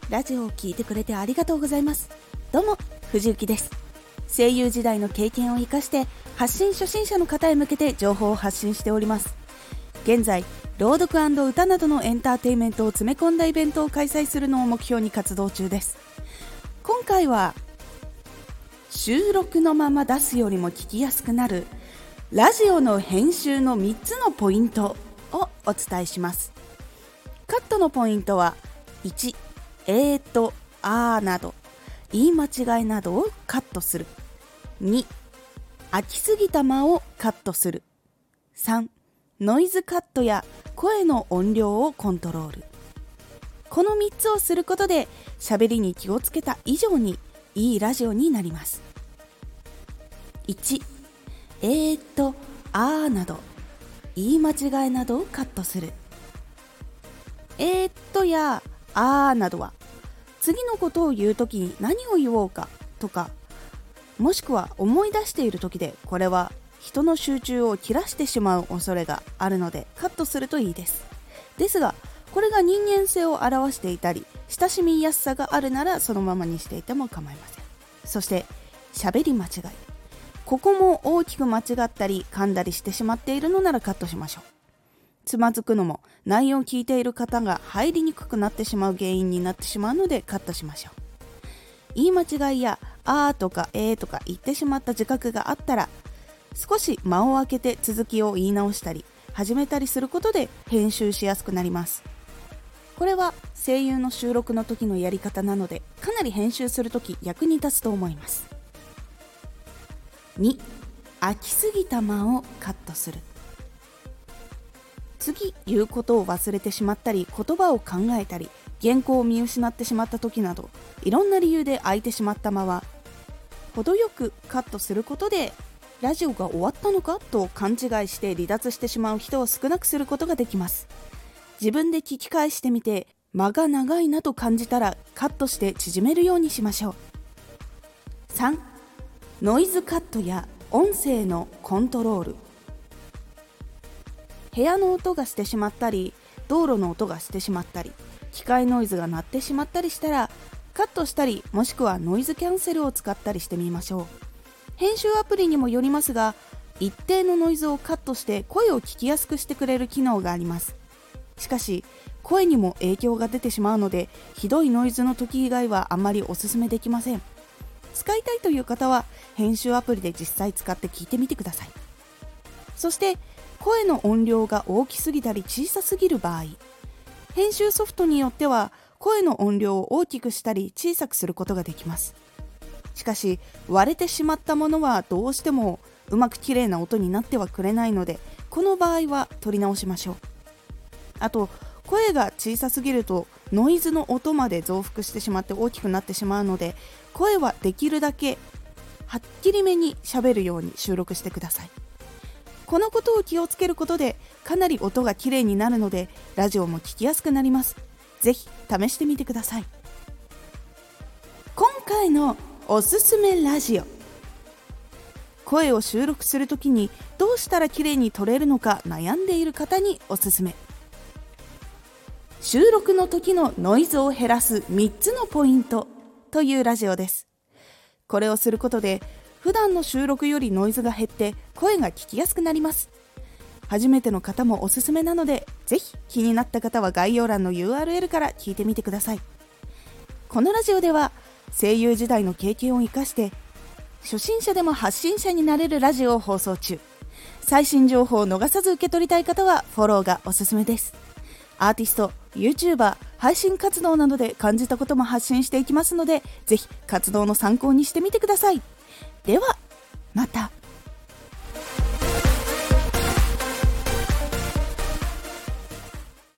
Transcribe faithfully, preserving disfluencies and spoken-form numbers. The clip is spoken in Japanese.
ラジオを聞いてくれてありがとうございます。どうも藤幸です。声優時代の経験を生かして発信初心者の方へ向けて情報を発信しております。現在朗読&歌などのエンターテインメントを詰め込んだイベントを開催するのを目標に活動中です。今回は収録のまま出すよりも聞きやすくなるラジオの編集のみっつのポイントをお伝えします。カットのポイントはいち、えーと、あーなど言い間違いなどをカットする。に、飽きすぎた間をカットする。さん、ノイズカットや声の音量をコントロール。このみっつをすることで喋りに気をつけた以上にいいラジオになります。いち、えーと、あーなど言い間違いなどをカットする。えーっとやあーなどは次のことを言うときに何を言おうかとか、もしくは思い出しているときで、これは人の集中を切らしてしまう恐れがあるのでカットするといいです。ですがこれが人間性を表していたり親しみやすさがあるならそのままにしていても構いません。そして喋り間違い、ここも大きく間違ったり噛んだりしてしまっているのならカットしましょう。つまずくのも内容を聞いている方が入りにくくなってしまう原因になってしまうのでカットしましょう。言い間違いやあーとかえーとか言ってしまった自覚があったら少し間を空けて続きを言い直したり始めたりすることで編集しやすくなります。これは声優の収録の時のやり方なのでかなり編集する時役に立つと思います。に、飽きすぎた間をカットする。次言うことを忘れてしまったり言葉を考えたり原稿を見失ってしまった時などいろんな理由で空いてしまった間は程よくカットすることでラジオが終わったのかと勘違いして離脱してしまう人を少なくすることができます。自分で聞き返してみて間が長いなと感じたらカットして縮めるようにしましょう。さん、ノイズカットや音声のコントロール。部屋の音がしてしまったり道路の音がしてしまったり機械ノイズが鳴ってしまったりしたらカットしたりもしくはノイズキャンセルを使ったりしてみましょう。編集アプリにもよりますが一定のノイズをカットして声を聞きやすくしてくれる機能があります。しかし声にも影響が出てしまうのでひどいノイズの時以外はあんまりおすすめできません。使いたいという方は編集アプリで実際使って聞いてみてください。そして声の音量が大きすぎたり小さすぎる場合、編集ソフトによっては声の音量を大きくしたり小さくすることができます。しかし割れてしまったものはどうしてもうまく綺麗な音になってはくれないのでこの場合は取り直しましょう。あと声が小さすぎるとノイズの音まで増幅してしまって大きくなってしまうので声はできるだけはっきりめに喋るように収録してください。このことを気をつけることでかなり音が綺麗になるのでラジオも聞きやすくなります。ぜひ試してみてください。今回のおすすめラジオ、声を収録するときにどうしたら綺麗に撮れるのか悩んでいる方におすすめ。収録の時のノイズを減らすみっつのポイントというラジオです。これをすることで普段の収録よりノイズが減って声が聞きやすくなります。初めての方もおすすめなのでぜひ気になった方は概要欄の ユーアールエル から聞いてみてください。このラジオでは声優時代の経験を生かして初心者でも発信者になれるラジオを放送中。最新情報を逃さず受け取りたい方はフォローがおすすめです。アーティスト、YouTuber、配信活動などで感じたことも発信していきますのでぜひ活動の参考にしてみてください。ではまた。